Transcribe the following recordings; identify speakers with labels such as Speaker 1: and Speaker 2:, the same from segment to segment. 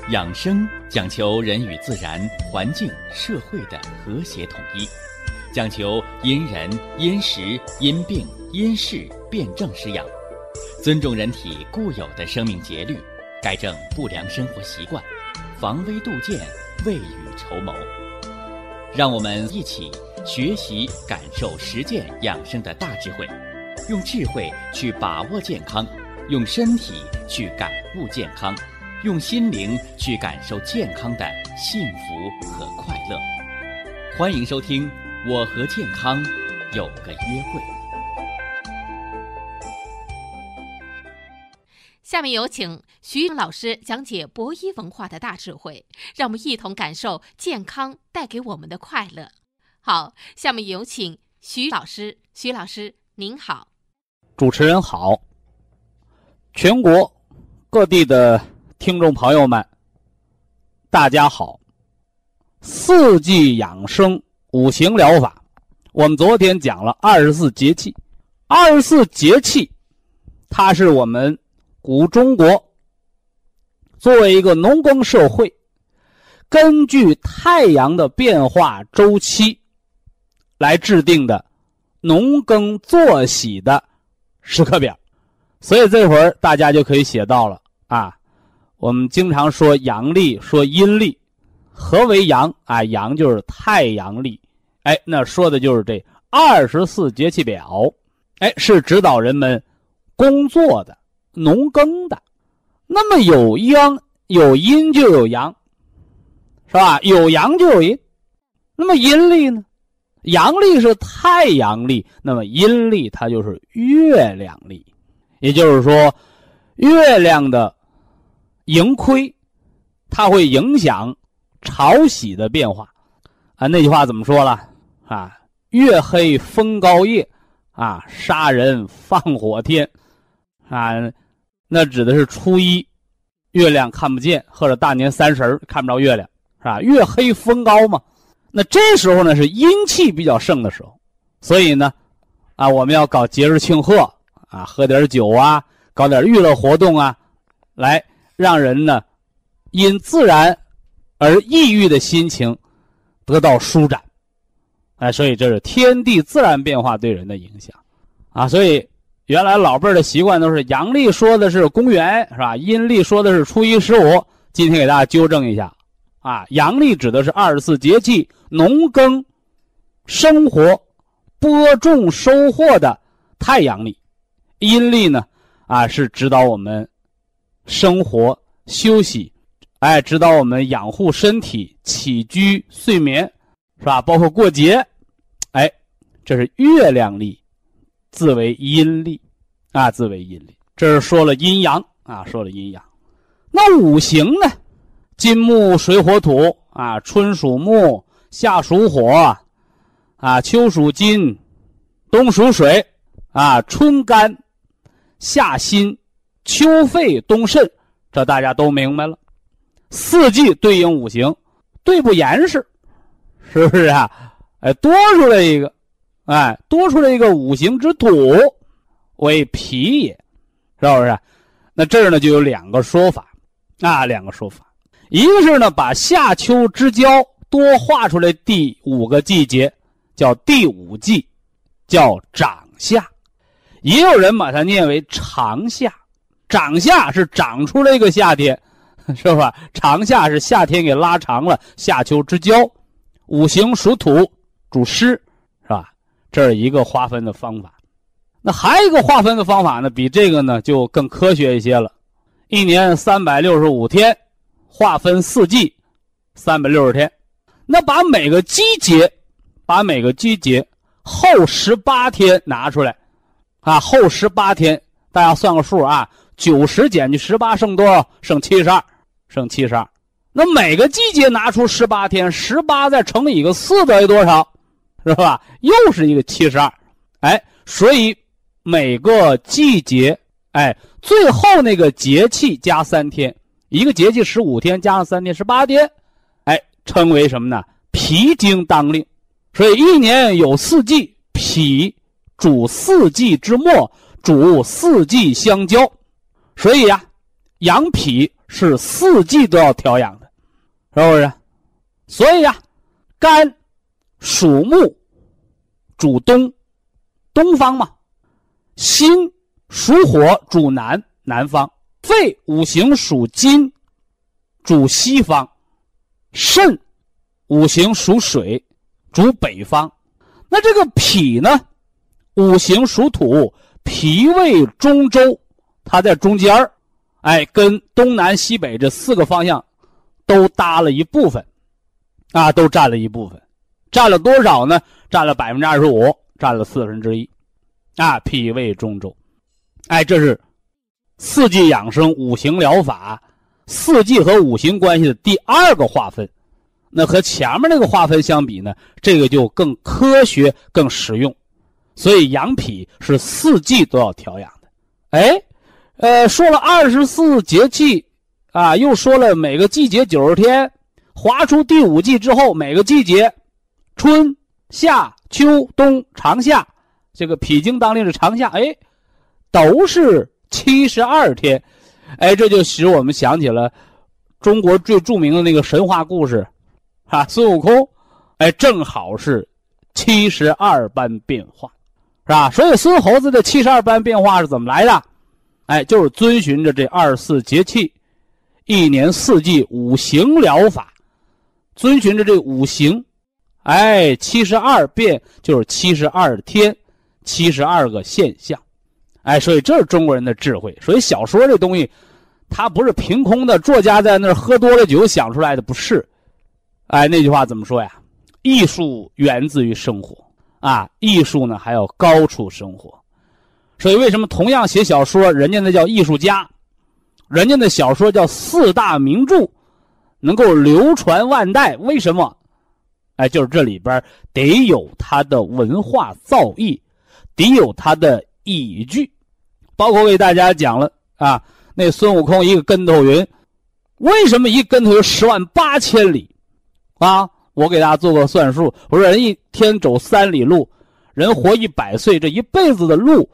Speaker 1: 养生讲求人与自然、环境、社会的和谐统一，讲求因人、因时、因病、因事辩证施养，尊重人体固有的生命节律，改正不良生活习惯，防微杜渐，未雨绸缪。让我们一起学习、感受、实践养生的大智慧，用智慧去把握健康，用身体去感悟健康，用心灵去感受健康的幸福和快乐。欢迎收听《我和健康有个约会》。
Speaker 2: 下面有请徐老师讲解博医文化的大智慧，让我们一同感受健康带给我们的快乐。好，下面有请徐老师。徐老师您好。
Speaker 3: 主持人好，全国各地的听众朋友们大家好。四季养生五行疗法，我们昨天讲了24节气。24节气它是我们古中国作为一个农耕社会，根据太阳的变化周期来制定的农耕作息的时刻表。所以这会儿大家就可以写到了啊，我们经常说阳历，说阴历。何为阳啊？阳就是太阳历。那说的就是这24节气表。是指导人们工作的、农耕的。那么有阳有阴就有阳，是吧？有阳就有阴。那么阴历呢？阳历是太阳历，那么阴历它就是月亮历。也就是说，月亮的盈亏它会影响潮汐的变化啊。那句话怎么说了啊？月黑风高夜啊，杀人放火天啊。那指的是初一月亮看不见，或者大年30看不着月亮，是吧？月黑风高嘛。那这时候呢是阴气比较盛的时候，所以呢我们要搞节日庆贺啊，喝点酒啊，搞点娱乐活动啊，来让人呢因自然而抑郁的心情得到舒展。所以这是天地自然变化对人的影响啊。所以原来老辈儿的习惯都是阳历说的是公元，是吧？阴历说的是初一15。今天给大家纠正一下啊，阳历指的是24节气农耕生活播种收获的太阳历。阴历呢是指导我们生活休息，指导我们养护身体、起居、睡眠，是吧？包括过节。这是月亮历，自为阴历啊，自为阴历。这是说了阴阳啊，说了阴阳。那五行呢？金木水火土啊，春属木，夏属火啊，秋属金，冬属水啊，春干，夏辛，秋沸，冬肾，这大家都明白了。四季对应五行，对不严实，是不是啊？多出来一个，多出来一个五行之土为脾也，是不是？那这儿呢就有两个说法两个说法。一个是呢把夏秋之交多画出来第5个季节，叫第5季，叫长夏。也有人把它念为长夏。长夏是长出来一个夏天，是吧？长夏是夏天给拉长了，夏秋之交。五行属土主湿，是吧？这是一个划分的方法。那还有一个划分的方法呢，比这个呢就更科学一些了。一年365天，划分4季，360天。那把每个季节后18天拿出来后18天大家算个数90减去18剩多少？剩72，剩72。那每个季节拿出18天，18再乘以个4等于多少？是吧？又是一个72。所以每个季节最后那个节气加3天，一个节气15天加上3天18天，称为什么呢？脾经当令。所以一年有4季，脾主4季之末，主4季相交。所以养脾是四季都要调养的，是不是？所以啊，肝属木，主东，东方嘛；心属火，主南，南方；肺五行属金，主西方；肾五行属水，主北方。那这个脾呢，五行属土，脾胃中周，它在中间儿，跟东南西北这四个方向都搭了一部分，都占了一部分，占了多少呢？占了25%，占了1/4，脾胃中周。这是四季养生五行疗法，四季和五行关系的第二个划分。那和前面那个划分相比呢，这个就更科学更实用。所以养脾是四季都要调养的。说了24节气又说了每个季节90天，划出第5季之后，每个季节春夏秋冬长夏，这个脾经当令是长夏，都是72天。这就使我们想起了中国最著名的那个神话故事孙悟空，正好是72般变化，是吧？所以孙猴子的72般变化是怎么来的？就是遵循着这24节气，一年四季五行疗法，遵循着这五行，72变就是72天，72个现象。所以这是中国人的智慧。所以小说这东西它不是凭空的，作家在那儿喝多了酒想出来的，不是。那句话怎么说呀？艺术源自于生活艺术呢还要高出生活。所以为什么同样写小说，人家那叫艺术家，人家的小说叫4大名著，能够流传万代？为什么？就是这里边得有它的文化造诣，得有它的依据。包括给大家讲了那孙悟空一个跟头云，为什么一跟头有108000里我给大家做个算数，我说人一天走3里路，人活100岁，这一辈子的路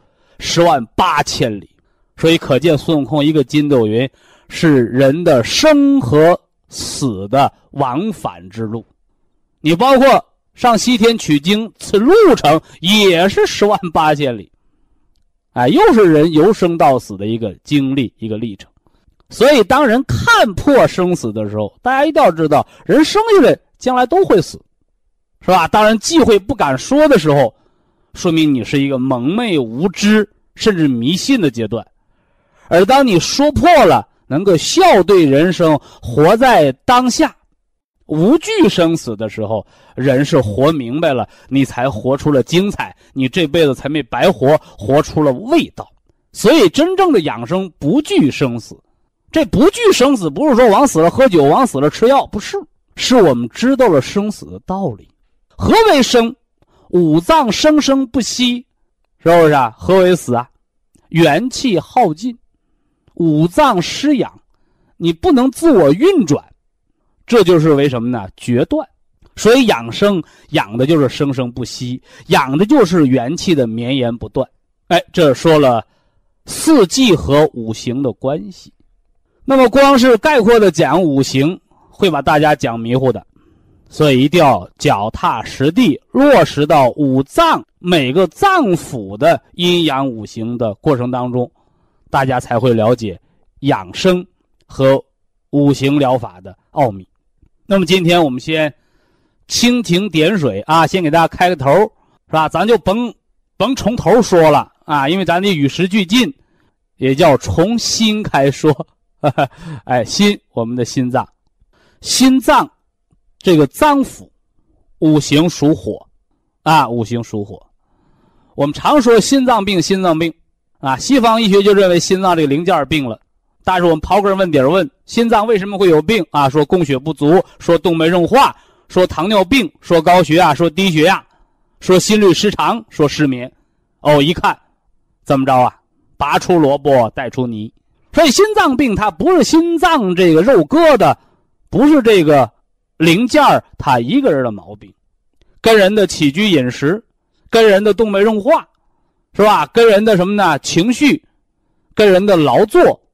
Speaker 3: 108000里。所以可见孙悟空一个筋斗云是人的生和死的往返之路。你包括上西天取经，此路程也是108000里，又是人由生到死的一个经历，一个历程。所以当人看破生死的时候，大家一定要知道，人生下来将来都会死，是吧？当然忌讳不敢说的时候，说明你是一个蒙昧无知甚至迷信的阶段。而当你说破了，能够笑对人生，活在当下，无惧生死的时候，人是活明白了，你才活出了精彩，你这辈子才没白活，活出了味道。所以真正的养生不惧生死。这不惧生死不是说往死了喝酒，往死了吃药，不是，是我们知道了生死的道理。何为生？五脏生生不息，是不是何为死元气耗尽，五脏失养，你不能自我运转，这就是为什么呢？决断。所以养生养的就是生生不息，养的就是元气的绵延不断。这说了四季和五行的关系。那么光是概括的讲五行会把大家讲迷糊的，所以一定要脚踏实地，落实到五脏每个脏腑的阴阳五行的过程当中，大家才会了解养生和五行疗法的奥秘。那么今天我们先蜻蜓点水先给大家开个头，是吧？咱就甭从头说了因为咱得与时俱进，也叫从心开说。心，我们的心脏，心脏这个脏腑，五行属火五行属火。我们常说心脏病，心脏病西方医学就认为心脏这个零件病了，但是我们刨根问底儿问，心脏为什么会有病说供血不足，说动脉硬化，说糖尿病，说高血压，说低血压，说心律失常，说失眠。一看怎么着拔出萝卜带出泥。所以心脏病它不是心脏这个肉疙瘩，不是这个零件它一个人的毛病，跟人的起居饮食，跟人的动脉硬化，是吧？跟人的什么呢？情绪，跟人的劳作，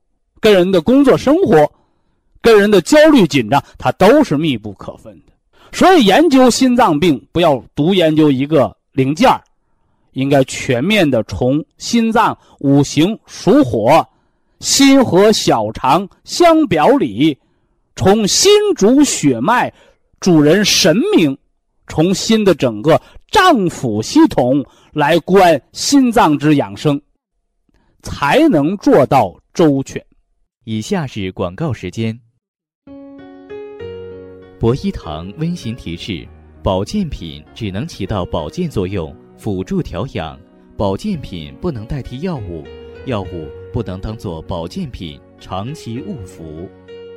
Speaker 3: 跟人的工作生活，跟人的焦虑紧张，它都是密不可分的。所以研究心脏病不要独研究一个零件，应该全面的从心脏五行属火，心和小肠相表里，从心主血脉，主人神明，从心的整个脏腑系统来观心脏之养生，才能做到周全。
Speaker 1: 以下是广告时间。博一堂温馨提示：保健品只能起到保健作用，辅助调养，保健品不能代替药物，药物不能当作保健品长期误服。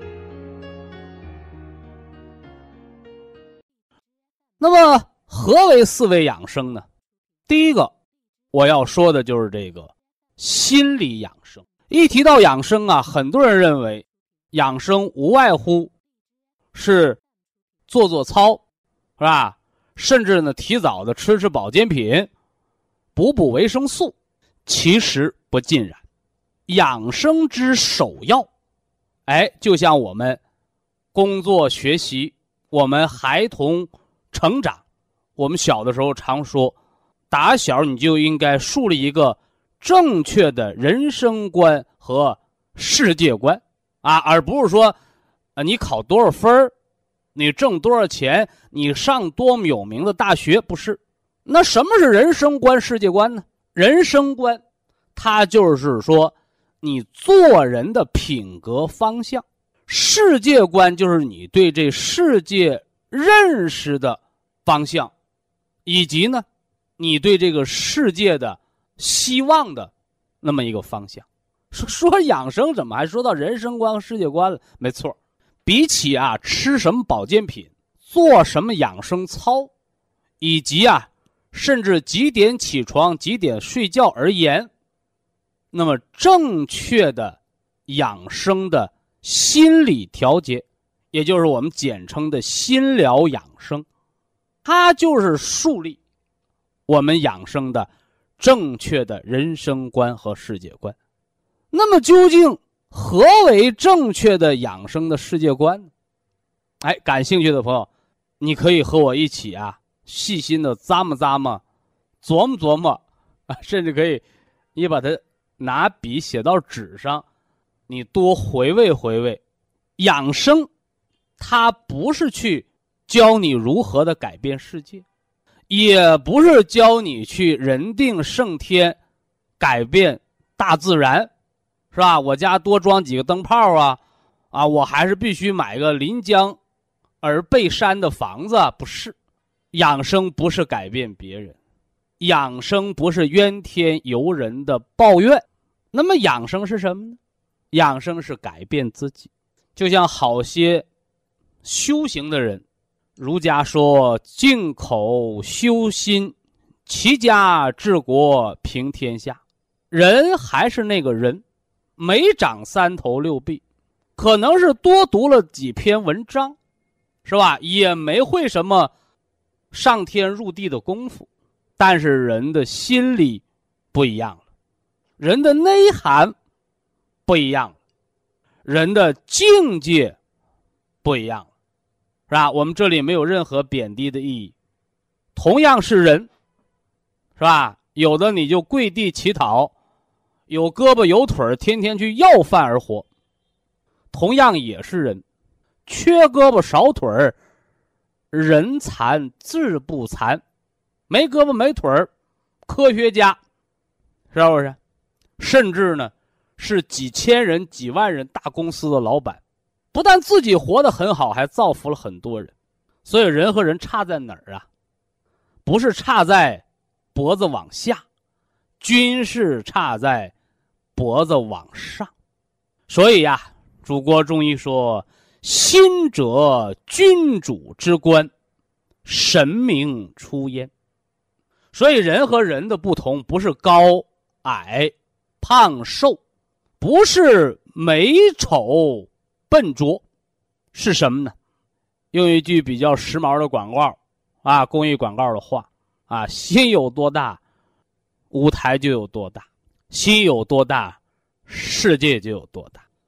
Speaker 3: 那么何为四维养生呢？第一个我要说的就是这个心理养生。一提到养生啊，很多人认为养生无外乎是做做操，是吧？甚至呢提早的吃吃保健品，补补维生素。其实不尽然，养生之首要，就像我们工作学习，我们孩童成长，我们小的时候常说，打小你就应该树立一个正确的人生观和世界观而不是说你考多少分，你挣多少钱，你上多么有名的大学，不是。那什么是人生观世界观呢？人生观它就是说你做人的品格方向，世界观就是你对这世界认识的方向，以及呢你对这个世界的希望的那么一个方向。说养生怎么还说到人生观和世界观了？没错，比起吃什么保健品，做什么养生操，以及甚至几点起床几点睡觉而言，那么正确的养生的心理调节，也就是我们简称的心疗养生，它就是树立我们养生的正确的人生观和世界观。那么究竟何为正确的养生的世界观呢？感兴趣的朋友，你可以和我一起细心的咂摸咂摸，琢磨琢磨甚至可以你把它拿笔写到纸上，你多回味回味。养生它不是去教你如何的改变世界，也不是教你去人定胜天改变大自然，是吧？我家多装几个灯泡我还是必须买个临江而背山的房子，不是。养生不是改变别人，养生不是怨天尤人的抱怨。那么养生是什么呢？养生是改变自己。就像好些修行的人，儒家说净口修心，齐家治国平天下。人还是那个人，没长三头六臂，可能是多读了几篇文章，是吧？也没会什么上天入地的功夫，但是人的心理不一样了，人的内涵不一样了，人的境界不一样了，是吧？我们这里没有任何贬低的意义，同样是人，是吧？有的你就跪地乞讨，有胳膊有腿天天去要饭而活，同样也是人，缺胳膊少腿人残志不残，没胳膊没腿科学家，是不是？甚至呢是几千人几万人大公司的老板，不但自己活得很好，还造福了很多人。所以人和人差在哪儿不是差在脖子往下，均是差在脖子往上。所以祖国中医说，心者君主之官，神明出焉。所以人和人的不同不是高矮胖瘦，不是美丑笨拙，是什么呢？用一句比较时髦的广告公益广告的话心有多大舞台就有多大，心有多大世界就有多大。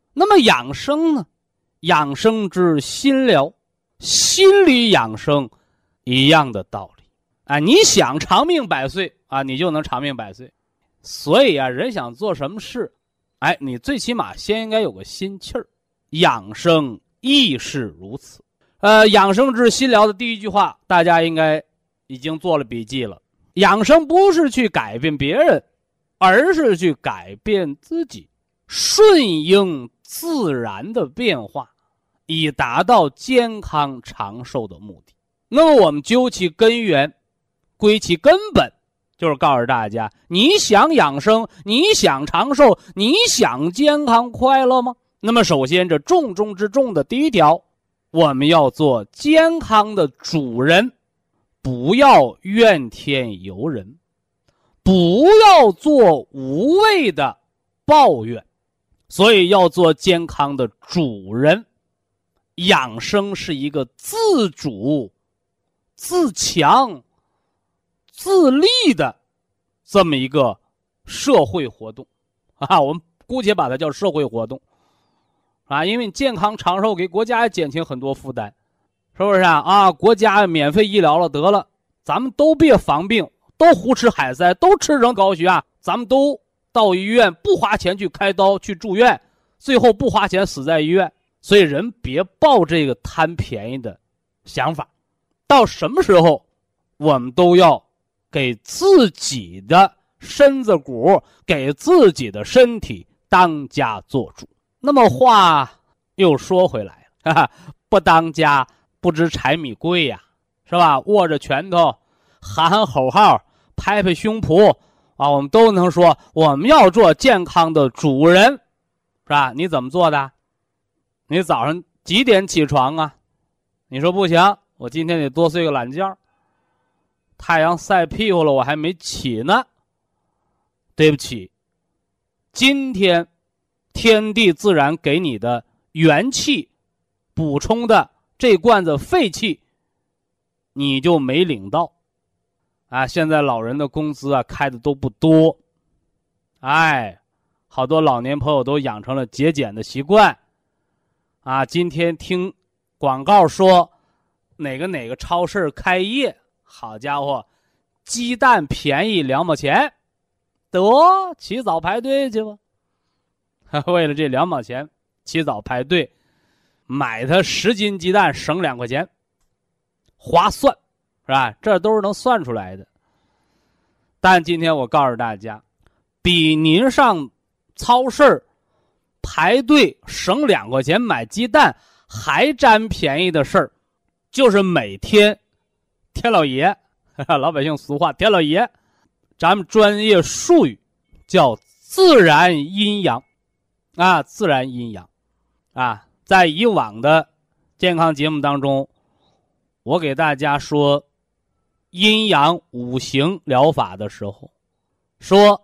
Speaker 3: 那么养生呢？养生之心疗，心理养生一样的道理啊！你想长命百岁啊，你就能长命百岁。所以啊，人想做什么事，哎，你最起码先应该有个心气儿。养生亦是如此。养生之心疗的第一句话，大家应该已经做了笔记了。养生不是去改变别人，而是去改变自己，顺应自然的变化，以达到健康长寿的目的。那么我们究其根源，归其根本，就是告诉大家，你想养生，你想长寿，你想健康快乐吗？那么首先，这重中之重的第一条，我们要做健康的主人，不要怨天尤人，不要做无谓的抱怨。所以要做健康的主人。养生是一个自主、自强、自立的这么一个社会活动啊，我们姑且把它叫社会活动啊，因为健康长寿给国家也减轻很多负担，是不是啊？国家免费医疗了，得了，咱们都别防病，都胡吃海塞，都吃人高血压，咱们都到医院不花钱去开刀去住院，最后不花钱死在医院。所以人别抱这个贪便宜的想法，到什么时候我们都要给自己的身子骨，给自己的身体当家做主。那么话又说回来了，哈哈，不当家不知柴米贵呀，是吧？握着拳头喊喊口号，拍拍胸脯啊，我们都能说我们要做健康的主人，是吧？你怎么做的？你早上几点起床啊？你说不行，我今天得多睡个懒觉，太阳晒屁股了，我还没起呢。对不起，今天天地自然给你的元气补充的这罐子废气，你就没领到啊！现在老人的工资啊开的都不多，哎，好多老年朋友都养成了节俭的习惯啊。今天听广告说哪个超市开业，好家伙，鸡蛋便宜2毛钱，得起早排队去吧。为了这2毛钱起早排队，买它10斤鸡蛋省2块钱，划算，是吧？这都是能算出来的。但今天我告诉大家，比您上超市排队省2块钱买鸡蛋还占便宜的事儿，就是每天天老爷，老百姓俗话天老爷，咱们专业术语叫自然阴阳啊，自然阴阳啊。在以往的健康节目当中，我给大家说阴阳五行疗法的时候，说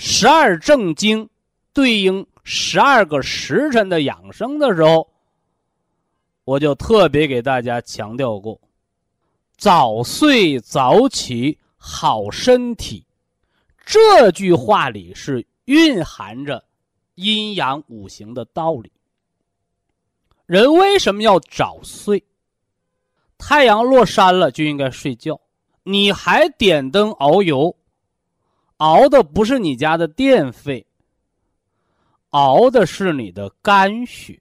Speaker 3: 12正经对应12个时辰的养生的时候，我就特别给大家强调过，早睡早起好身体，这句话里是蕴含着阴阳五行的道理。人为什么要早睡？太阳落山了就应该睡觉，你还点灯熬油，熬的不是你家的电费，熬的是你的肝血。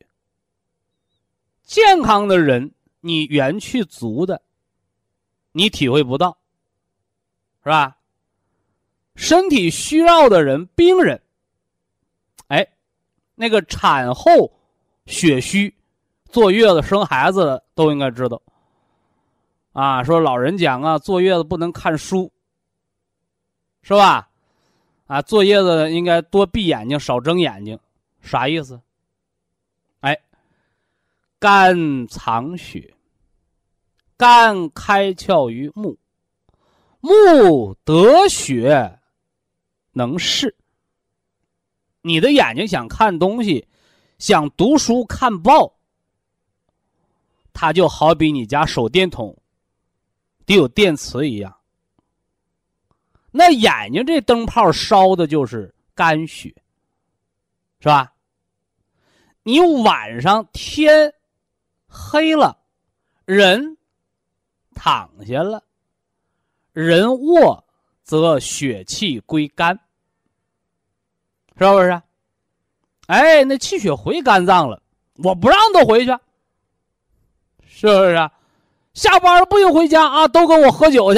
Speaker 3: 健康的人，你元气足的，你体会不到，是吧？身体虚弱的人，病人，哎，那个产后血虚坐月子生孩子的都应该知道啊。说老人讲啊，坐月子不能看书，是吧？啊，坐月子应该多闭眼睛少睁眼睛，啥意思？哎，肝藏血，肝开窍于目，目得血能视。你的眼睛想看东西，想读书看报，它就好比你家手电筒得有电磁一样，那眼睛这灯泡烧的就是肝血，是吧？ 你晚上天黑了，人躺下了，人卧则血气归肝，是不是？哎，那气血回肝脏了，我不让他回去，是不是？下班了不行回家啊，都跟我喝酒去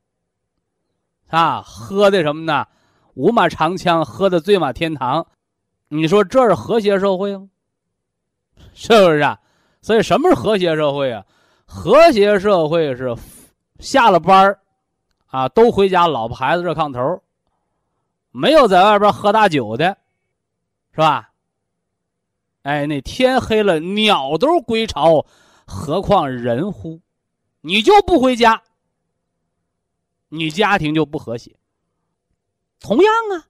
Speaker 3: 啊，喝的什么呢？五马长枪，喝的醉马天堂。你说这是和谐社会吗？是不是啊？所以什么是和谐社会啊？和谐社会是下了班啊，都回家，老婆孩子热炕头，没有在外边喝大酒的，是吧？哎，那天黑了，鸟都归巢，何况人乎？你就不回家，你家庭就不和谐。同样啊，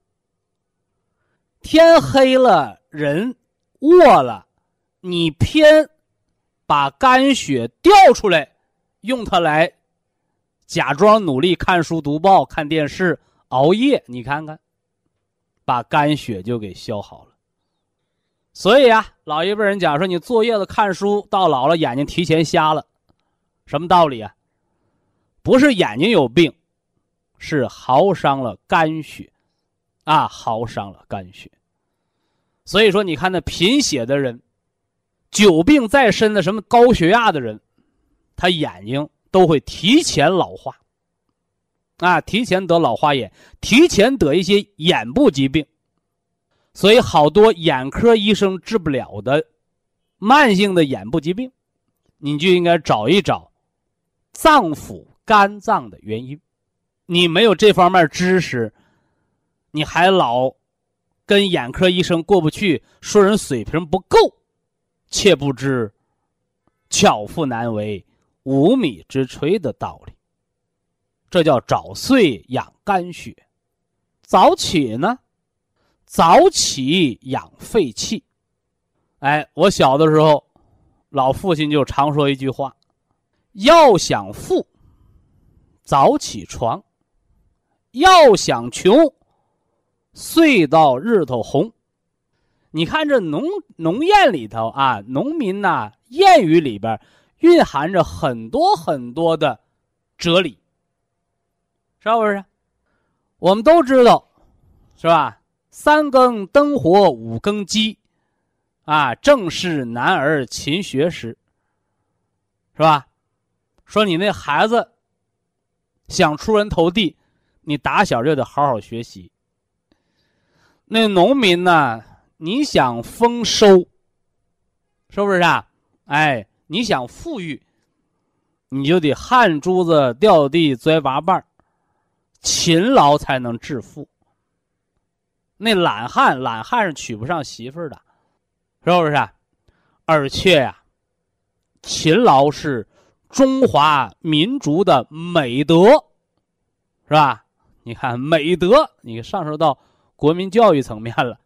Speaker 3: 天黑了，人卧了，你偏把肝血调出来，用它来假装努力看书读报看电视熬夜，你看看把肝血就给消耗了。所以啊，老一辈人讲说，你坐月子看书到老了眼睛提前瞎了，什么道理啊？不是眼睛有病，是耗伤了肝血啊，耗伤了肝血。所以说你看那贫血的人，久病在身的，什么高血压的人，他眼睛都会提前老化啊，提前得老花眼，提前得一些眼部疾病。所以好多眼科医生治不了的慢性的眼部疾病，你就应该找一找脏腑肝脏的原因。你没有这方面知识，你还老跟眼科医生过不去，说人水平不够，切不知巧妇难为无米之炊的道理。这叫早睡养肝血。早起呢，早起养肺气。哎，我小的时候，老父亲就常说一句话：要想富，早起床；要想穷，睡到日头红。你看这农谚里头啊，农民呐，谚语里边蕴含着很多很多的哲理，是不是？我们都知道，是吧？3更灯火5更鸡，啊，正是男儿勤学时，是吧？说你那孩子想出人头地，你打小就得好好学习。那农民呢，你想丰收，是不是啊？哎，你想富裕，你就得汗珠子掉地栽娃瓣，勤劳才能致富。那懒汉是娶不上媳妇儿的，是不是啊？而且呀，勤劳是中华民族的美德，是吧？你看美德，你上升到国民教育层面了。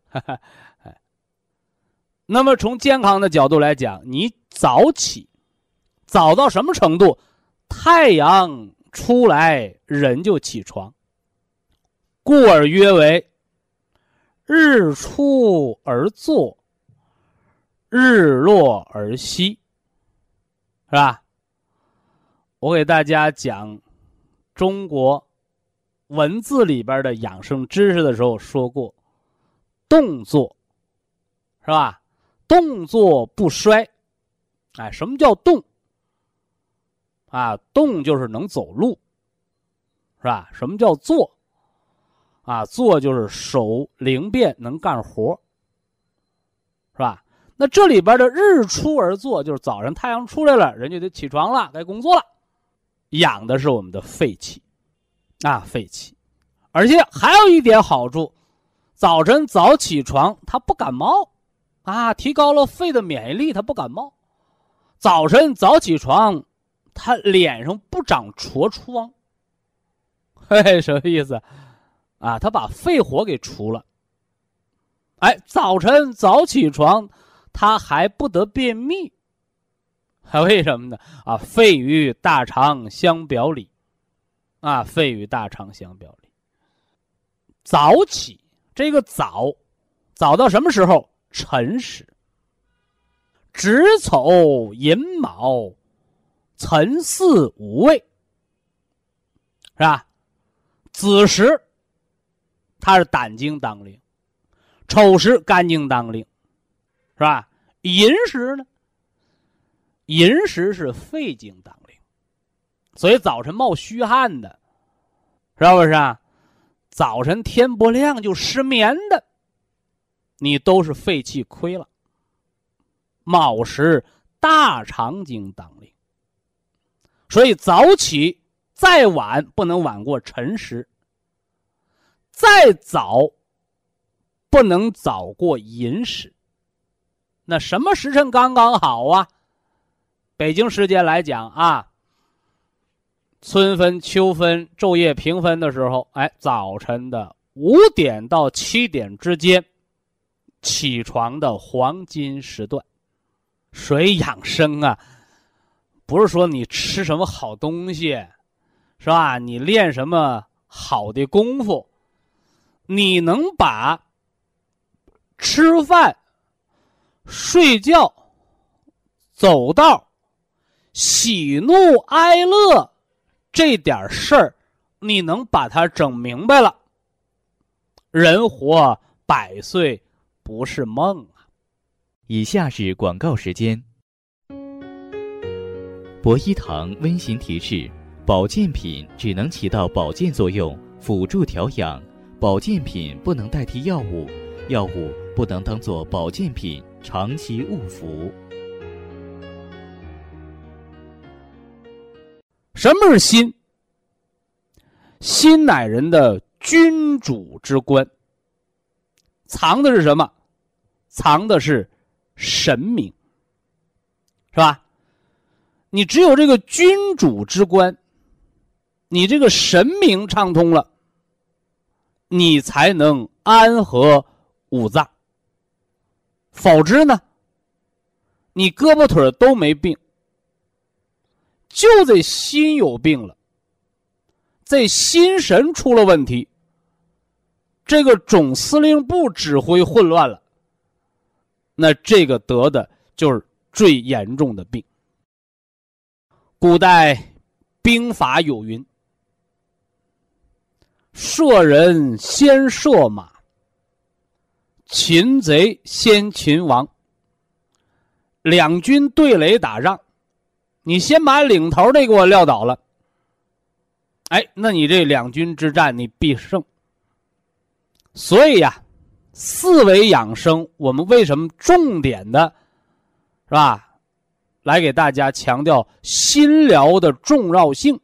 Speaker 3: 那么从健康的角度来讲，你早起，早到什么程度？太阳出来，人就起床。故而曰为日出而作，日落而息，是吧？我给大家讲中国文字里边的养生知识的时候说过，动作，是吧？动作不衰。哎，什么叫动？啊，动就是能走路，是吧？什么叫坐？啊，坐就是手灵便，能干活，是吧？那这里边的日出而作，就是早上太阳出来了，人就得起床了，该工作了，养的是我们的肺气，啊，肺气。而且还有一点好处，早晨早起床，他不感冒，啊，提高了肺的免疫力，他不感冒。早晨早起床，他脸上不长痤疮，嘿，什么意思？啊，他把肺火给除了。哎，早晨早起床，他还不得便秘，还为什么呢？啊，肺与大肠相表里，啊，肺与大肠相表里。早起，这个早到什么时候？辰时， 子丑寅卯辰巳午未，是吧？子时它是胆经当令，丑时肝经当令，是吧？寅时呢？寅时是肺经当令，所以早晨冒虚汗的，是不是啊？早晨天不亮就失眠的，你都是肺气亏了。卯时大肠经当令，所以早起再晚不能晚过辰时，再早不能早过寅时。那什么时辰刚刚好啊？北京时间来讲啊，春分、秋分、昼夜平分的时候，早晨的5点到7点之间，起床的黄金时段。所以养生啊，不是说你吃什么好东西，是吧？你练什么好的功夫，你能把吃饭、睡觉、走道、喜怒哀乐这点事儿，你能把它整明白了，人活100岁不是梦啊。
Speaker 1: 以下是广告时间。博一堂温馨提示：保健品只能起到保健作用，辅助调养，保健品不能代替药物，药物不能当作保健品长期误服。
Speaker 3: 什么是心？心乃人的君主之官，藏的是什么？藏的是神明，是吧？你只有这个君主之官，你这个神明畅通了，你才能安和五脏。否则呢，你胳膊腿都没病，就这心有病了，这心神出了问题，这个总司令部指挥混乱了，那这个得的就是最严重的病。古代兵法有云：射人先射马，擒贼先擒王。两军对垒打仗，你先把领头的给我撂倒了，那你这两军之战你必胜。所以呀，四维养生我们为什么重点的，是吧，来给大家强调心疗的重要性。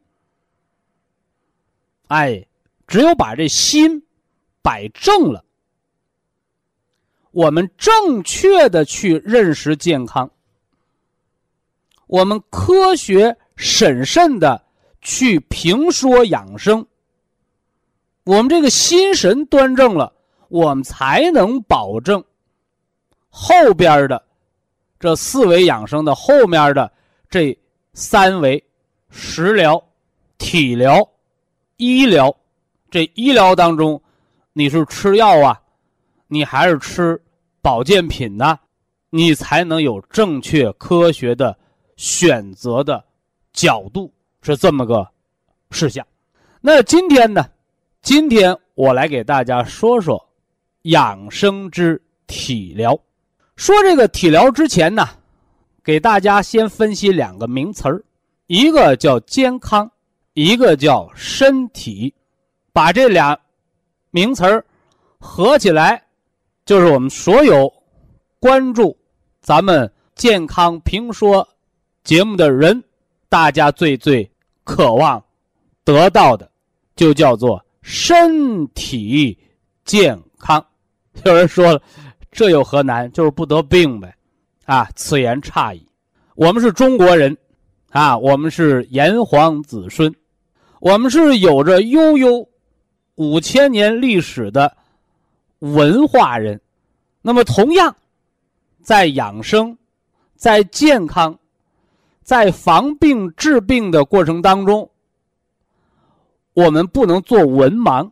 Speaker 3: 只有把这心摆正了，我们正确的去认识健康，我们科学审慎的去评说养生，我们这个心神端正了，我们才能保证后边的这四维养生的后面的这3维：食疗、体疗、医疗。这医疗当中，你是吃药啊，你还是吃保健品呢？你才能有正确科学的选择的角度，是这么个事项。那今天呢，今天我来给大家说说养生之体疗。说这个体疗之前呢，给大家先分析2个名词儿，一个叫健康，一个叫身体。把这俩名词儿合起来，就是我们所有关注咱们健康评说节目的人，大家最渴望得到的，就叫做身体健康。有人说了，这有何难？就是不得病呗。此言差矣。我们是中国人我们是炎黄子孙，我们是有着悠悠5000年历史的文化人。那么同样在养生、在健康、在防病治病的过程当中，我们不能做文盲。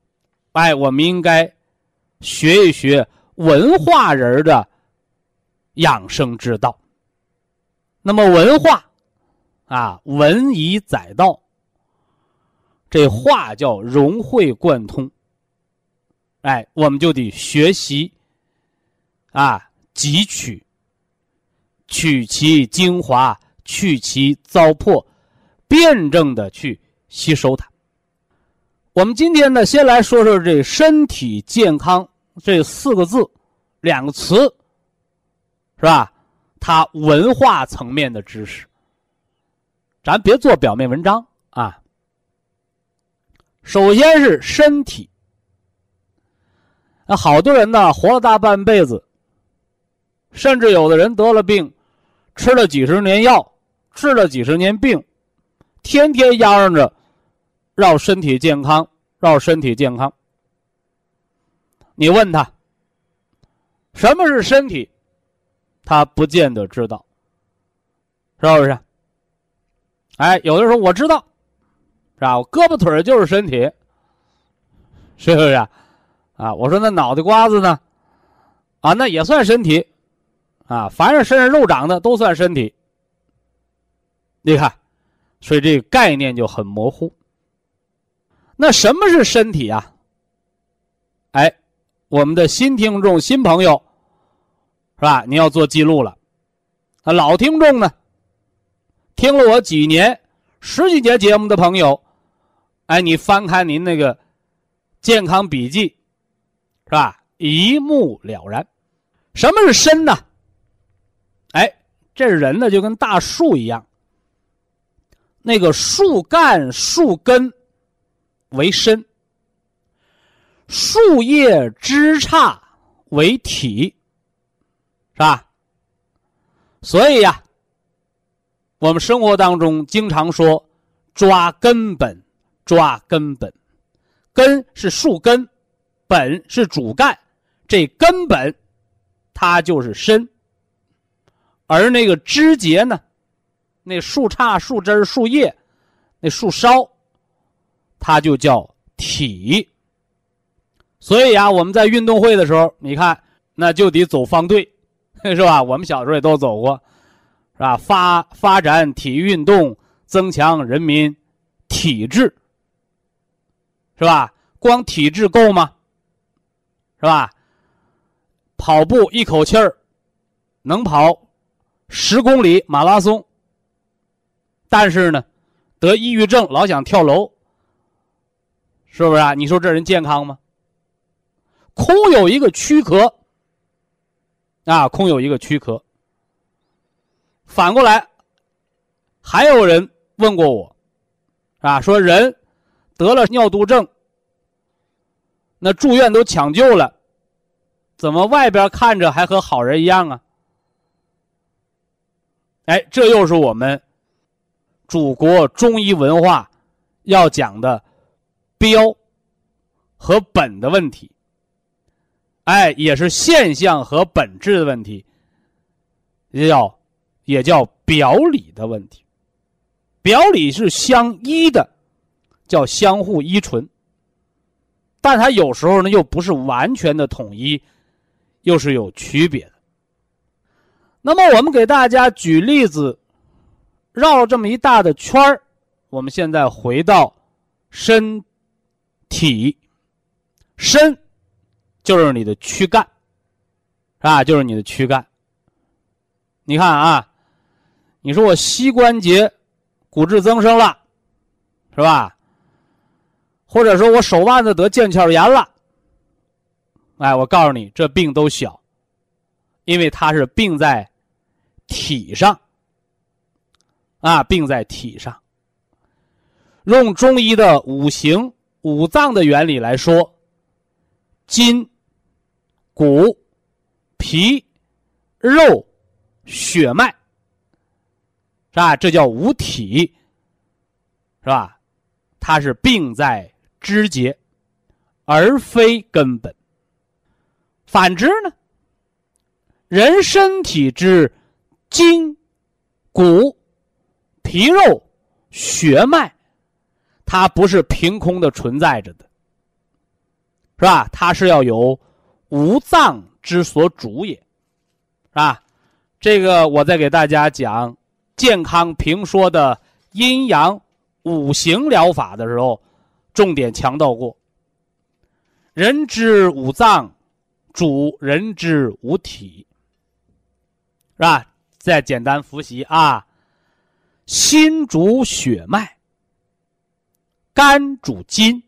Speaker 3: 我们应该学一学文化人的养生之道。那么文化啊，文以载道，这话叫融会贯通。我们就得学习啊，汲取，取其精华，去其糟粕，辩证的去吸收它。我们今天呢，先来说说这身体健康这4个字2个词，是吧？它文化层面的知识，咱别做表面文章啊。首先是身体，好多人呢活了大半辈子，甚至有的人得了病，吃了几十年药，治了几十年病，天天嚷嚷着要身体健康，要身体健康。你问他什么是身体，他不见得知道，是不是？有的人说我知道，是吧？我胳膊腿就是身体，是不是啊？我说那脑袋瓜子呢？啊，那也算身体啊，凡是身上肉长的都算身体。你看，所以这个概念就很模糊。那什么是身体啊？我们的新听众、新朋友，是吧？你要做记录了。老听众呢，听了我几年、10几节节目的朋友，你翻看您那个健康笔记，是吧？一目了然。什么是身呢？这人呢就跟大树一样，那个树干、树根为身，树叶枝杈为体，是吧？所以我们生活当中经常说抓根本，抓根本。根是树根，本是主干，这根本它就是身。而那个枝节呢，那树杈、树枝、树叶，那树梢，它就叫体。所以我们在运动会的时候，你看那就得走方队，是吧？我们小时候也都走过，是吧？发展体育运动，增强人民体质，是吧？光体质够吗？是吧？跑步一口气儿能跑10公里马拉松，但是呢得抑郁症，老想跳楼，是不是你说这人健康吗？空有一个躯壳空有一个躯壳。反过来还有人问过我说人得了尿毒症，那住院都抢救了，怎么外边看着还和好人一样啊？这又是我们祖国中医文化要讲的标和本的问题，也是现象和本质的问题，也叫表里的问题。表里是相依的，叫相互依存，但它有时候呢又不是完全的统一，又是有区别的。那么我们给大家举例子，绕了这么一大的圈儿，我们现在回到身体。身就是你的躯干，就是你的躯干。你看你说我膝关节骨质增生了，是吧？或者说我手腕子得腱鞘炎了，我告诉你，这病都小，因为它是病在体上，病在体上。用中医的五行五脏的原理来说，筋、骨、皮、肉、血脉，是吧？这叫五体，是吧？它是病在枝节，而非根本。反之呢，人身体之筋、骨、皮肉、血脉，它不是凭空的存在着的，是吧？它是要有五脏之所主也，是吧？ 这个我在给大家讲健康评说的阴阳五行疗法的时候，重点强调过，人之五脏主人之五体，是吧？再简单复习啊，心主血脉，肝主筋，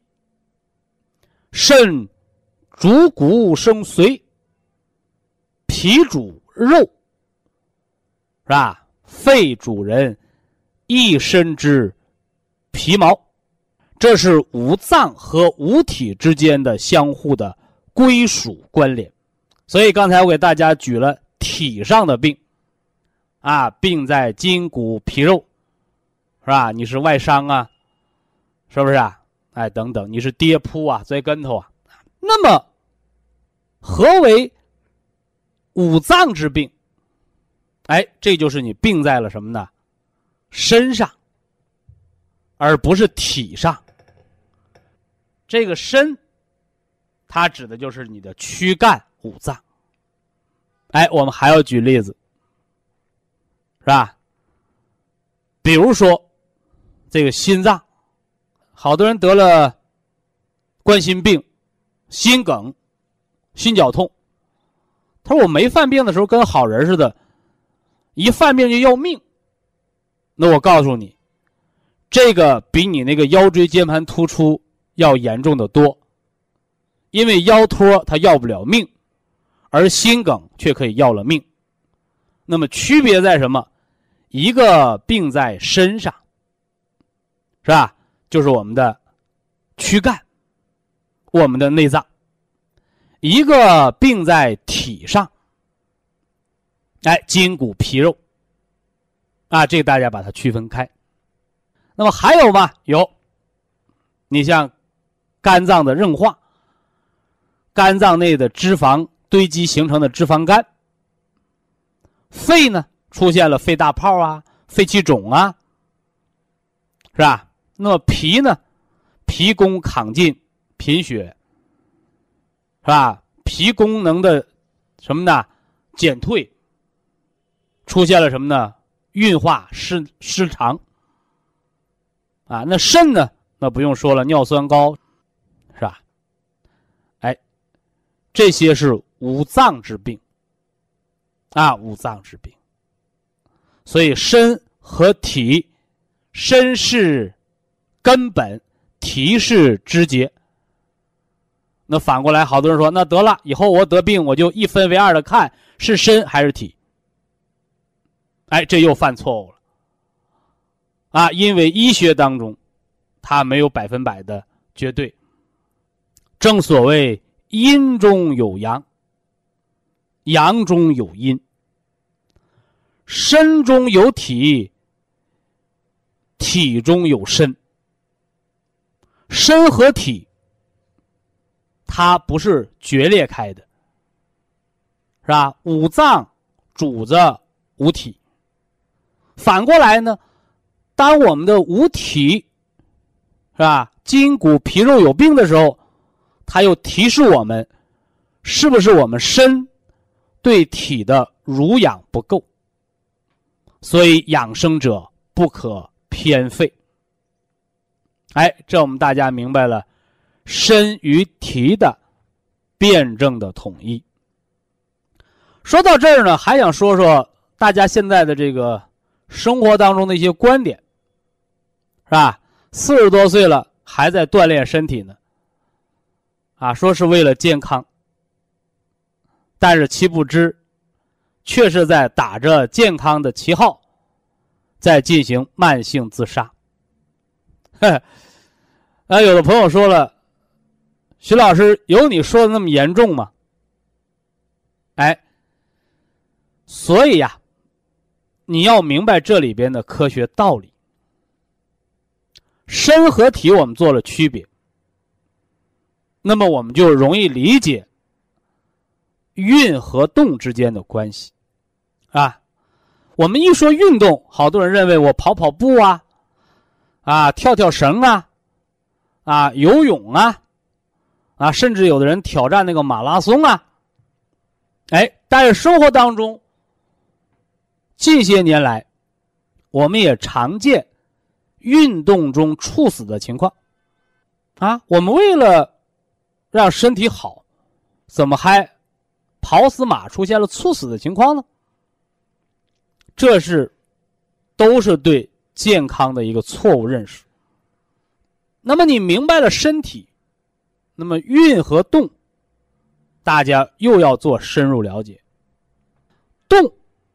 Speaker 3: 肾主骨生髓，脾主肉，是吧？肺主人一身之皮毛，这是五脏和五体之间的相互的归属关联。所以刚才我给大家举了体上的病啊，病在筋骨皮肉，是吧？你是外伤啊，是不是啊？哎，等等，你是跌扑啊，摔跟头啊。那么何为五脏之病？哎，这就是你病在了什么呢？身上，而不是体上。这个身，它指的就是你的躯干五脏。哎，我们还要举例子，是吧？比如说这个心脏，好多人得了冠心病、心梗、心绞痛，他说我没犯病的时候跟好人似的，一犯病就要命。那我告诉你，这个比你那个腰椎间盘突出要严重的多，因为腰托它要不了命，而心梗却可以要了命。那么区别在什么？一个病在身上，是吧？就是我们的躯干，我们的内脏；一个病在体上，哎，筋骨皮肉，啊，这个大家把它区分开。那么还有吗？有，你像肝脏的硬化，肝脏内的脂肪堆积形成的脂肪肝；肺呢出现了肺大泡啊、肺气肿啊，是吧？那么脾呢，脾功亢进、贫血，是吧？脾功能的什么呢？减退，出现了什么呢？运化失常。啊，那肾呢？那不用说了，尿酸高，是吧？哎，这些是五脏之病，啊，五脏之病。所以身和体，身是根本，体是枝节。那反过来，好多人说，那得了，以后我得病我就一分为二的看是身还是体。哎，这又犯错误了。啊，因为医学当中它没有100%的绝对。正所谓阴中有阳，阳中有阴，身中有体，体中有身。身和体它不是决裂开的，是吧？五脏主着五体。反过来呢，当我们的五体，是吧，筋骨皮肉有病的时候，它又提示我们是不是我们身对体的濡养不够。所以养生者不可偏废。哎，这我们大家明白了身与体的辩证的统一。说到这儿呢，还想说说大家现在的这个生活当中的一些观点，是吧？40多岁了还在锻炼身体呢，啊，说是为了健康，但是其不知，却是在打着健康的旗号，在进行慢性自杀。有的朋友说了，徐老师，有你说的那么严重吗？哎，所以呀，你要明白这里边的科学道理。身和体我们做了区别，那么我们就容易理解运和动之间的关系啊。我们一说运动，好多人认为我跑跑步啊，跳跳绳啊，游泳啊，甚至有的人挑战那个马拉松啊。哎，但是生活当中近些年来，我们也常见运动中猝死的情况啊。我们为了让身体好，怎么还跑死马出现了猝死的情况呢？这都是对健康的一个错误认识。那么你明白了身体，那么运和动，大家又要做深入了解。动，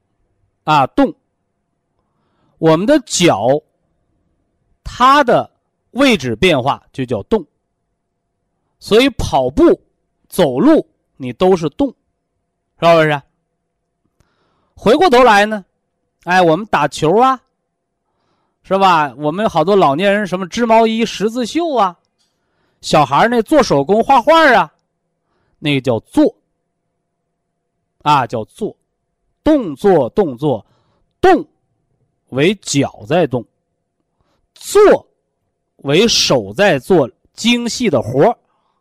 Speaker 3: 我们的脚，它的位置变化就叫动。所以跑步、走路，你都是动，是不是？回过头来呢，我们打球啊，是吧？我们好多老年人什么织毛衣、十字绣啊，小孩那做手工、画画啊，那个叫做，叫做，动作，动为脚在动，做为手在做精细的活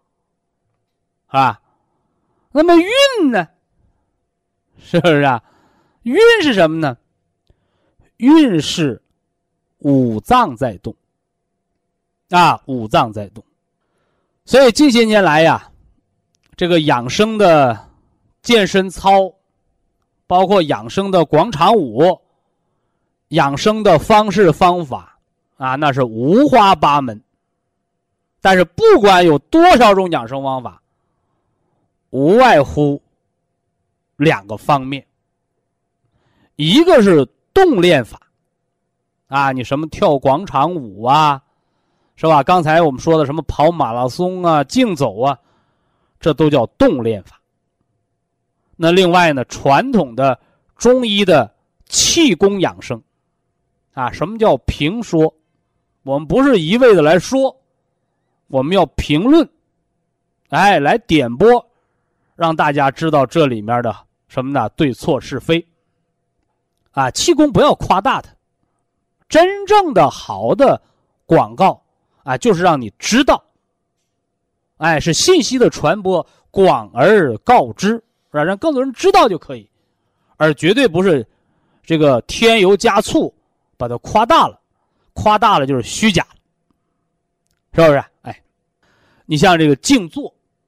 Speaker 3: 那么运呢？是不是啊？运是什么呢？运是五脏在动五脏在动。所以近些年来呀，这个养生的健身操，包括养生的广场舞，养生的方式方法那是五花八门。但是不管有多少种养生方法，无外乎两个方面。一个是动练法你什么跳广场舞是吧？刚才我们说的什么跑马拉松竞走这都叫动练法。那另外呢，传统的中医的气功养生什么叫评说？我们不是一味的来说，我们要评论来点拨，让大家知道这里面的什么呢？对错是非气功不要夸大它，真正的好的广告就是让你知道是信息的传播，广而告之，让更多人知道就可以，而绝对不是这个添油加醋把它夸大了，夸大了就是虚假，是不是？你像这个静坐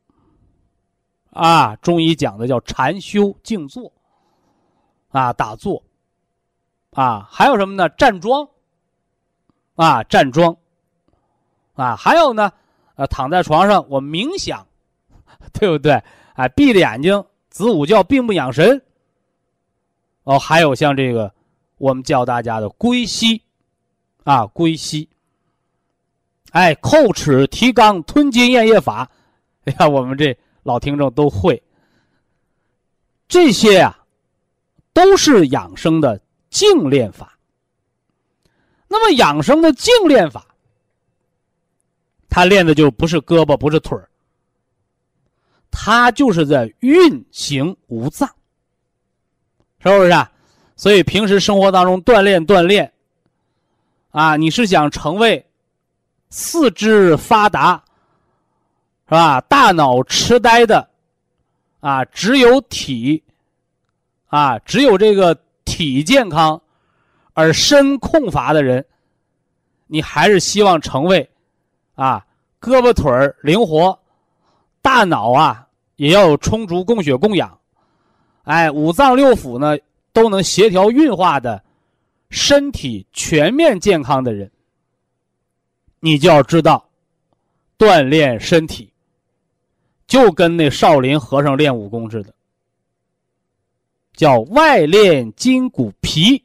Speaker 3: 中医讲的叫禅修静坐打坐还有什么呢？站桩站桩还有呢躺在床上我冥想，对不对？闭着眼睛子午觉闭目养神还有像这个我们教大家的归息归息叩齿提肛吞津咽液法，我们这老听众都会。这些都是养生的静练法。那么养生的静练法，它练的就不是胳膊不是腿儿，它就是在运行五脏，是不是所以平时生活当中锻炼你是想成为四肢发达是吧？大脑痴呆的只有体只有这个体健康而身空乏的人，你还是希望成为胳膊腿儿灵活，大脑也要有充足供血供氧，五脏六腑呢都能协调运化的身体全面健康的人，你就要知道锻炼身体就跟那少林和尚练武功似的，叫外练筋骨皮，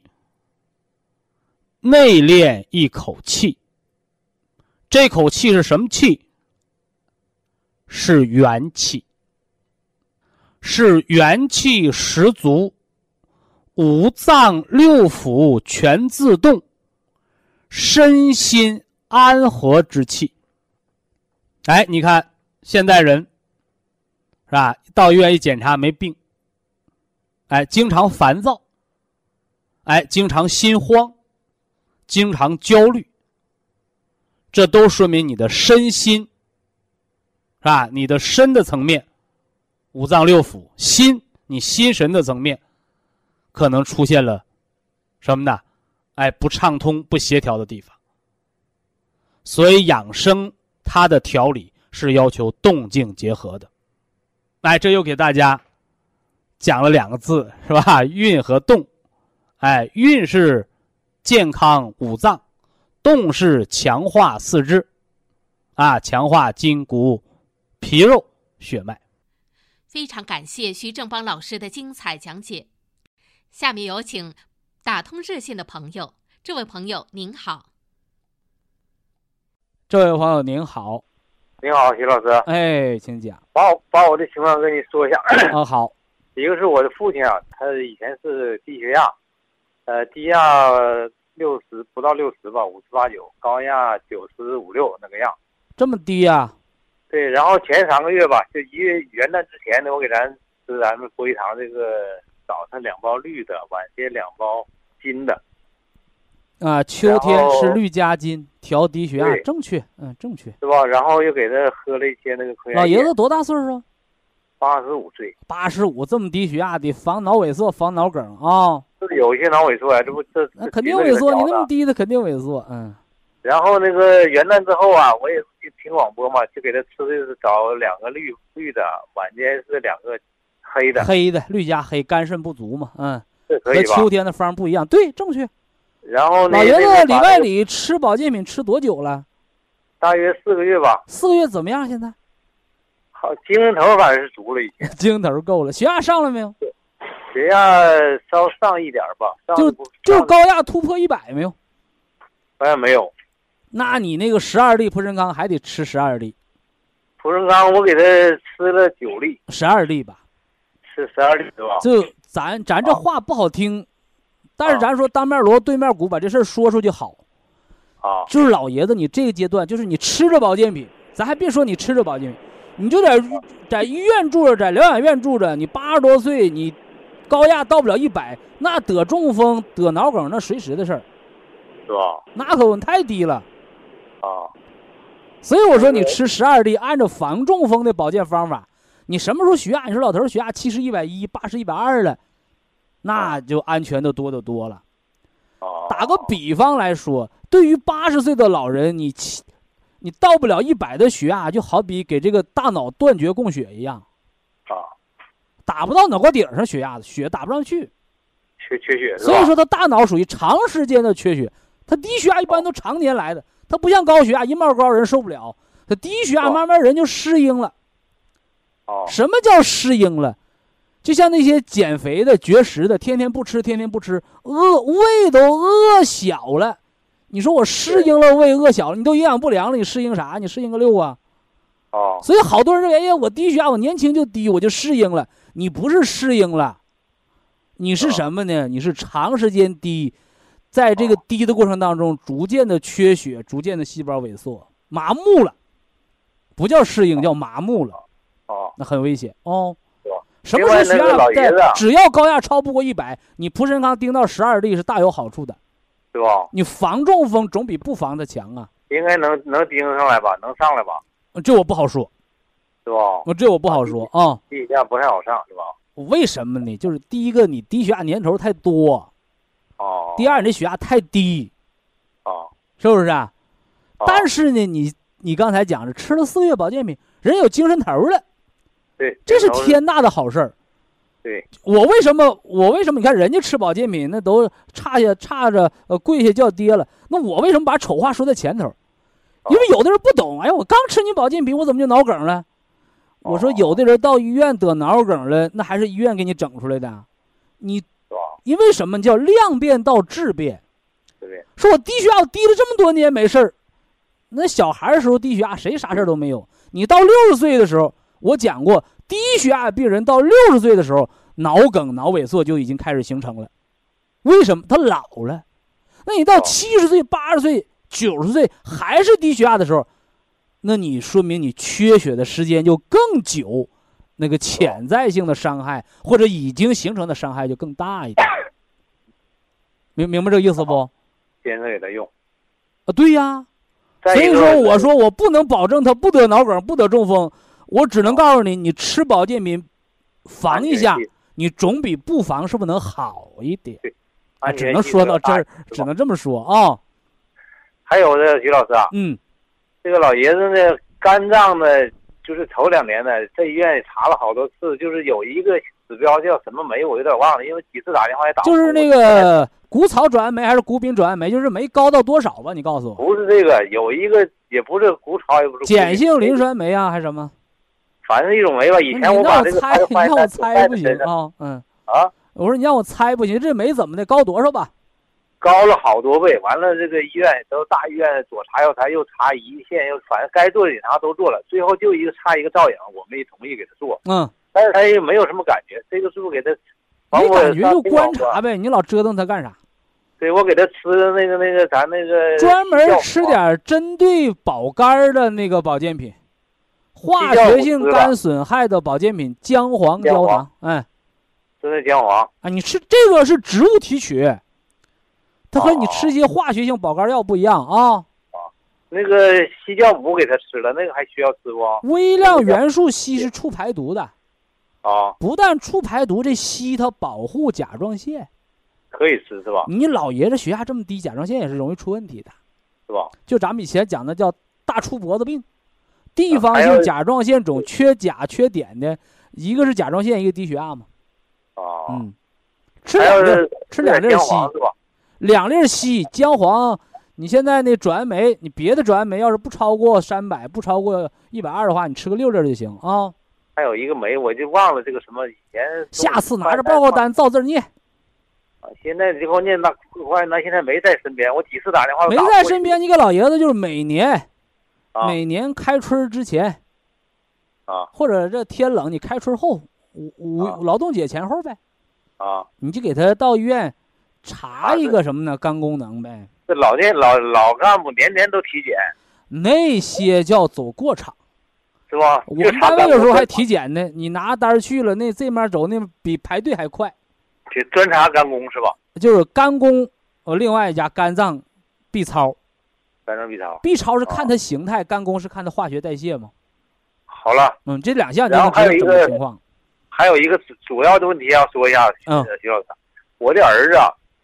Speaker 3: 内练一口气。这口气是什么气？是元气，是元气十足，五脏六腑全自动，身心安和之气。你看现代人是吧？到医院一检查没病，经常烦躁，经常心慌，经常焦虑，这都说明你的身心是吧？你的身的层面，五脏六腑，心，你心神的层面可能出现了什么呢？不畅通、不协调的地方。所以养生它的调理是要求动静结合的。这又给大家讲了2个字，是吧？运和动。运是健康五脏，动是强化四肢，强化筋骨、皮肉、血脉。
Speaker 2: 非常感谢徐正邦老师的精彩讲解。下面有请打通热线的朋友。这位朋友您好。
Speaker 3: 这位朋友您好。
Speaker 4: 您好，徐老师。
Speaker 3: 请讲。
Speaker 4: 把我的情况跟你说一下。
Speaker 3: 好。
Speaker 4: 一个是我的父亲他以前是低血压，低压60不到60吧，58、9，高压95、6那个样。
Speaker 3: 这么低啊？
Speaker 4: 对，然后前3个月吧，就元旦之前呢，我给咱们博医堂这个早上2包绿的，晚些2包金的。
Speaker 3: 秋天是绿加金调低血压，正确，正确，
Speaker 4: 是吧？然后又给他喝了一些那个溃疡。
Speaker 3: 老爷子多大岁数
Speaker 4: ？85岁。
Speaker 3: 85，这么低血压得防脑萎缩、防脑梗啊。
Speaker 4: 是有一些脑萎缩呀，这
Speaker 3: 那肯定萎缩，你那么低的肯定萎缩。
Speaker 4: 然后那个元旦之后我也听广播嘛，就给他吃的是早2个绿的，晚间是2个黑的。
Speaker 3: 黑的，绿加黑，肝肾不足嘛，
Speaker 4: 这可以吧？
Speaker 3: 和秋天的方不一样，对，正确。
Speaker 4: 然后
Speaker 3: 老爷子里外里吃保健品吃多久了？
Speaker 4: 大约4个月吧。
Speaker 3: 4个月怎么样？现在？
Speaker 4: 好，精神头反正是足了已经。
Speaker 3: 精神头够了，血压上了没有？
Speaker 4: 血压稍上一点吧。
Speaker 3: 就高压突破100没有？
Speaker 4: 好像没有。
Speaker 3: 那你那个12粒普参康还得吃12粒。
Speaker 4: 普参康我给他吃了9粒。
Speaker 3: 12粒吧。
Speaker 4: 吃12粒是吧？
Speaker 3: 就咱这话不好听。但是咱说当面锣对面鼓，把这事儿说出去好。就是老爷子，你这个阶段就是你吃着保健品，咱还别说你吃着保健品，你就在医院住着，在疗养院住着，你80多岁，你高压到不了100，那得中风得脑梗那随时的事儿，
Speaker 4: 是吧？
Speaker 3: 那可太低了。所以我说你吃12粒，按照防中风的保健方法，你什么时候血压？你说老头血压70、110、80、120了。那就安全的多得多了。打个比方来说，对于80岁的老人，你到不了100的血压，就好比给这个大脑断绝供血一样。打不到脑瓜顶上血压的血打不上去，
Speaker 4: 缺血是吧？
Speaker 3: 所以说他大脑属于长时间的缺血，他低血压一般都常年来的，他不像高血压一冒高人受不了，他低血压慢慢人就适应了。什么叫适应了？就像那些减肥的、绝食的，天天不吃，胃都饿小了。你说我适应了，胃饿小了，你都营养不良了，你适应啥？你适应个6啊？所以好多人认为，我低血压，我年轻就低，我就适应了。你不是适应了，你是什么呢？你是长时间低，在这个低的过程当中，逐渐的缺血，逐渐的细胞萎缩，麻木了，不叫适应，叫麻木了。那很危险什么时候血压只要高压超不过100，你普参康盯到12粒是大有好处的，
Speaker 4: 是吧？
Speaker 3: 你防中风总比不防的强啊。
Speaker 4: 应该能盯上来吧？能上来吧？
Speaker 3: 这我不好说，
Speaker 4: 是吧？
Speaker 3: 这我不好说
Speaker 4: 低血压不太好上，是吧？
Speaker 3: 为什么呢？就是第一个，你低血压年头太多，第二，你这血压太低，是不是啊？但是呢，你刚才讲的吃了4个月保健品，人有精神头了。
Speaker 4: 对，
Speaker 3: 这是天大的好事儿。
Speaker 4: 对，
Speaker 3: 我为什么你看人家吃保健品那都差着跪下叫爹了，那我为什么把丑话说在前头？因为有的人不懂，我刚吃你保健品，我怎么就脑梗了？我说有的人到医院得脑梗了，那还是医院给你整出来的。因为什么叫量变到质变？
Speaker 4: 对，
Speaker 3: 说我低血压我低了这么多年没事儿，那小孩的时候低血压谁啥事儿都没有，你到60岁的时候。我讲过，低血压病人到60岁的时候，脑梗、脑萎缩就已经开始形成了。为什么？他老了。那你到70岁、80岁、90岁还是低血压的时候，那你说明你缺血的时间就更久，那个潜在性的伤害或者已经形成的伤害就更大一点。明白这个意思不？
Speaker 4: 坚持给他用。
Speaker 3: 对呀。所以说，我说我不能保证他不得脑梗、不得中风。我只能告诉你，你吃保健品防一下，你总比不防是不是能好一点？ 只能说到这儿，只能这么说啊。
Speaker 4: 还有的徐老师啊，这个老爷子呢，肝脏呢，就是头2年呢，在医院查了好多次，就是有一个指标叫什么酶，我有点忘了，因为几次打电话也打不通。
Speaker 3: 就是那个谷草转氨酶还是谷丙转氨酶，就是酶高到多少吧？你告诉我。
Speaker 4: 不是这个，有一个也不是谷草，也不是
Speaker 3: 碱性磷酸酶啊，还是什么？
Speaker 4: 反正一种酶吧。以前我把这个
Speaker 3: 你让我猜不行啊？我说你让我猜不行，这酶怎么的高多少吧？
Speaker 4: 高了好多倍。完了，这个医院都大医院左查右查，又查胰腺，又反正该做的检查都做了，最后就差一个造影，我们也同意给他做。但是他也没有什么感觉。这个是不是给他？
Speaker 3: 没感觉就观察呗，你老折腾他干啥？
Speaker 4: 对，我给他吃那个咱那个
Speaker 3: 专门吃点针对保肝的那个保健品，化学性肝损害的保健品，姜黄焦糖，
Speaker 4: 是那姜黄
Speaker 3: 啊，你吃这个是植物提取，它和你吃一些化学性保肝药不一样啊。
Speaker 4: 那个硒酵母给他吃了，那个还需要吃不？
Speaker 3: 微量元素硒是促排毒的。不但促排毒，这硒它保护甲状腺，
Speaker 4: 可以吃是吧？
Speaker 3: 你老爷子血压这么低，甲状腺也是容易出问题的，
Speaker 4: 是吧？
Speaker 3: 就咱们以前讲的叫大出脖子病，地方性甲状腺肿缺钾缺碘的，一个是甲状腺，一个低血压嘛。吃2粒硒，2粒硒，姜黄。你现在那转氨酶，你别的转氨酶要是不超过300，不超过120的话，你吃个6粒就行啊。
Speaker 4: 还有一个酶，我就忘了这个什么，以前
Speaker 3: 下次拿着报告单照字念。
Speaker 4: 现在这个念那现在没在身边，我几次打电话
Speaker 3: 没在身边。你给老爷子就是每年开春之前或者这天冷你开春后劳动节前后呗你就给他到医院查一个什么呢？肝功能呗。
Speaker 4: 这老干部年都体检，
Speaker 3: 那些叫走过场。
Speaker 4: 是吧？
Speaker 3: 我们单位有时候还体检呢，你拿单去了，那这面走那比排队还快。
Speaker 4: 去专查肝功是吧？
Speaker 3: 就是肝功，另外加肝脏 B 超。
Speaker 4: 肝脏 B 超。
Speaker 3: B 超是看它形态，肝功是看它化学代谢嘛。
Speaker 4: 好了。
Speaker 3: 这2项就能知道整个情况。
Speaker 4: 还有一个主要的问题要说一下，徐老师，我的儿子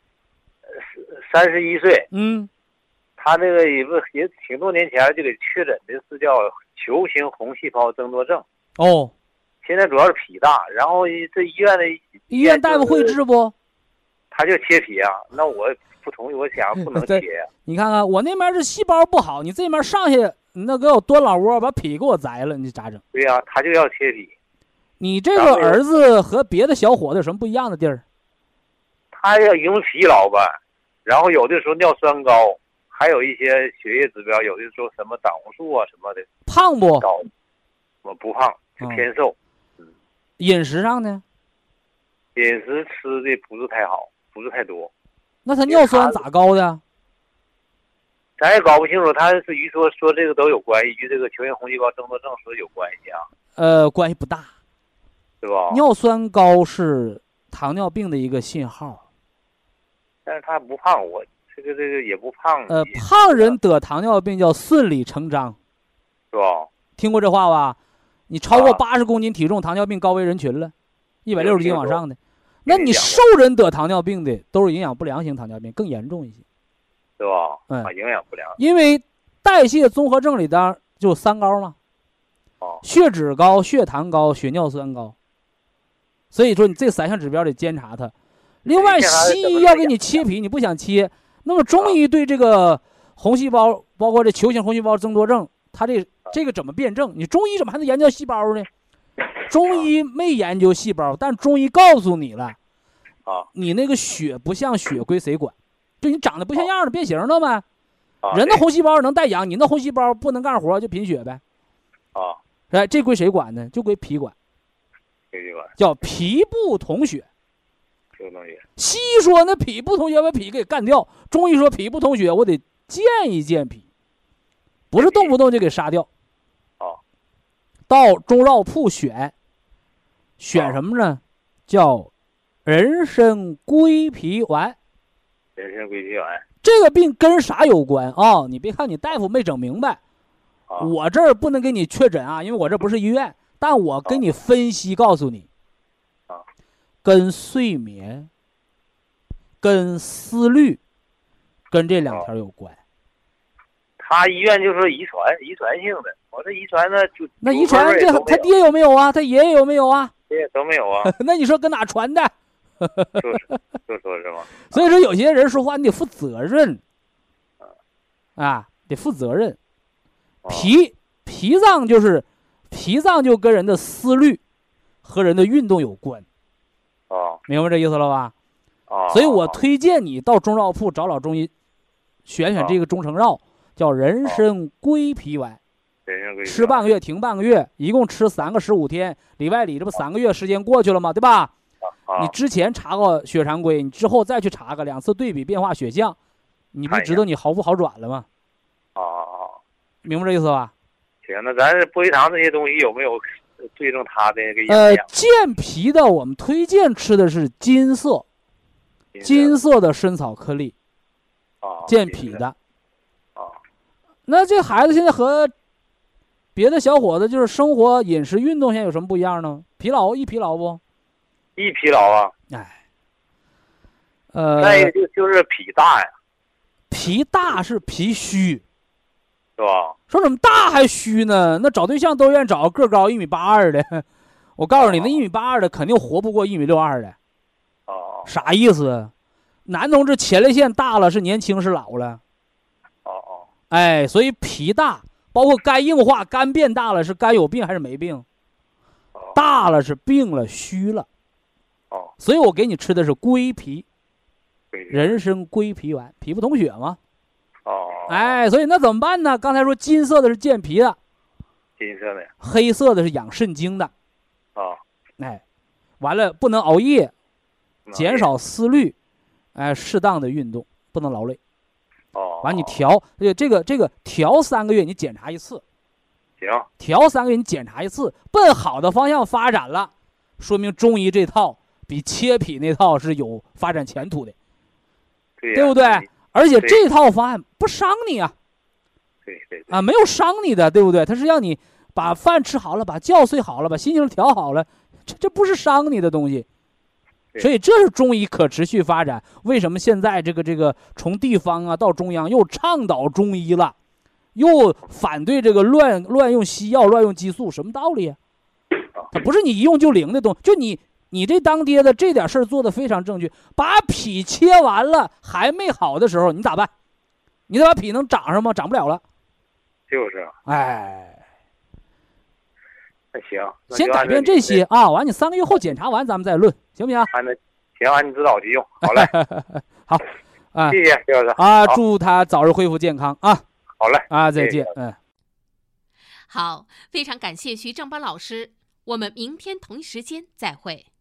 Speaker 4: 31岁，他那个也挺多年前就给确诊的是叫球形红细胞增多症。现在主要是脾大，然后这医院大夫会治不？他就切脾啊，那我不同意，我想不能切呀。
Speaker 3: 你看看我那边是细胞不好，你这边上去那给我端老窝把脾给我摘了，你咋整？
Speaker 4: 对呀，他就要切脾。
Speaker 3: 你这个儿子和别的小伙子有什么不一样的地儿？
Speaker 4: 他要因为疲劳吧，然后有的时候尿酸高，还有一些血液指标，有的时候什么胆红素啊什么的。
Speaker 3: 胖不？
Speaker 4: 高，我不胖，是偏瘦。
Speaker 3: 饮食上呢？
Speaker 4: 饮食吃的不是太好，不是太多。
Speaker 3: 那他尿酸咋高的？
Speaker 4: 咱也搞不清楚，他是与说这个都有关系，与这个球形红细胞增多症说有关系啊？
Speaker 3: 关系不大，
Speaker 4: 是吧？
Speaker 3: 尿酸高是糖尿病的一个信号。
Speaker 4: 但是他不胖，我这个也不胖。
Speaker 3: 胖人得糖尿病叫顺理成章，
Speaker 4: 是吧？
Speaker 3: 听过这话吧？你超过80公斤体重，糖尿病高危人群了，160斤往上的。那你瘦人得糖尿病的都是营养不良型糖尿病，更严重一些，
Speaker 4: 是吧？营养不良。
Speaker 3: 因为代谢综合症里边就3高嘛，血脂高、血糖高、血尿酸高。所以说你这3项指标得监察它。另外，西医要给你切脾，你不想切，那么中医对这个红细胞，包括这球形红细胞增多症，它这个怎么辩证？你中医怎么还能研究细胞呢？中医没研究细胞，但中医告诉你了，你那个血不像血归谁管？就你长得不像样的，变形了呗。人的红细胞能带氧，你那红细胞不能干活就贫血呗。这归谁管呢？就归脾管。叫脾不统血。西医说那脾不统血，把脾给干掉；中医说脾不统血，我得健一健脾，不是动不动就给杀掉。到中药铺选什么呢？叫人参归脾丸。
Speaker 4: 人参归脾丸
Speaker 3: 这个病跟啥有关啊？你别看你大夫没整明白，我这儿不能给你确诊啊，因为我这不是医院，但我给你分析，告诉你，跟睡眠、 跟思虑，跟这两条有关。
Speaker 4: 他医院就说遗传性的，我这遗传呢就
Speaker 3: 那遗传这他爹有没有啊？他爷爷有没有啊？
Speaker 4: 爷爷都没有啊。
Speaker 3: 那你说跟哪传的？
Speaker 4: 就说是吗？
Speaker 3: 所以说有些人说话你得负责任，得负责任。脾脏就跟人的思虑和人的运动有关。明白这意思了吧？所以我推荐你到中药铺找老中医，选这个中成药，叫人参归脾丸。吃半个月停半个月，一共吃3个15天，里外里这不3个月时间过去了吗？对吧？你之前查过血常规，你之后再去查个2次对比变化血象，你不知道你好不好转了吗？明白这意思吧？
Speaker 4: 行，那咱玻璃糖这些东西有没有对症他的个
Speaker 3: 健脾的我们推荐吃的是金色的参草颗粒，健脾的。那这孩子现在和别的小伙子就是生活饮食运动现在有什么不一样呢？易疲劳不？
Speaker 4: 易疲劳啊。再一个就是脾大呀。
Speaker 3: 脾大是脾虚，
Speaker 4: 是吧？
Speaker 3: 说怎么大还虚呢？那找对象都愿意找个高1.82米的。我告诉你，那1.82米的肯定活不过1.62米的。啥意思？男同志前列腺大了是年轻是老了？所以脾大，包括肝硬化，肝变大了是肝有病还是没病？大了是病了虚了。所以我给你吃的是归脾，人参归脾丸，脾不统血嘛。所以那怎么办呢？刚才说金色的是健脾的，
Speaker 4: 金色的，
Speaker 3: 黑色的是养肾精的。完了不能熬夜，减少思虑，适当的运动，不能劳累。完你调这个调3个月你检查一次。
Speaker 4: 行。
Speaker 3: 调3个月你检查一次，奔好的方向发展了，说明中医这套比切脾那套是有发展前途的。对不对？而且这套方案不伤你啊。对。没有伤你的，对不对？它是让你把饭吃好了，把觉睡好了，把心情调好了，这不是伤你的东西。所以这是中医可持续发展。为什么现在这个从地方到中央又倡导中医了，又反对这个乱用西药、乱用激素？什么道理啊？它不是你一用就灵的东西。就你这当爹的这点事儿做得非常正确。把脾切完了还没好的时候，你咋办？你把脾能长上吗？长不了了。
Speaker 4: 就是。那行，
Speaker 3: 先改变这些完你3个月后检查完咱们再论，行不行？
Speaker 4: 行，按你指导去用。好嘞。
Speaker 3: 好。
Speaker 4: 谢谢徐老师。
Speaker 3: 祝他早日恢复健康啊。
Speaker 4: 好嘞。
Speaker 3: 再见。
Speaker 2: 好，非常感谢徐正邦老师，我们明天同一时间再会。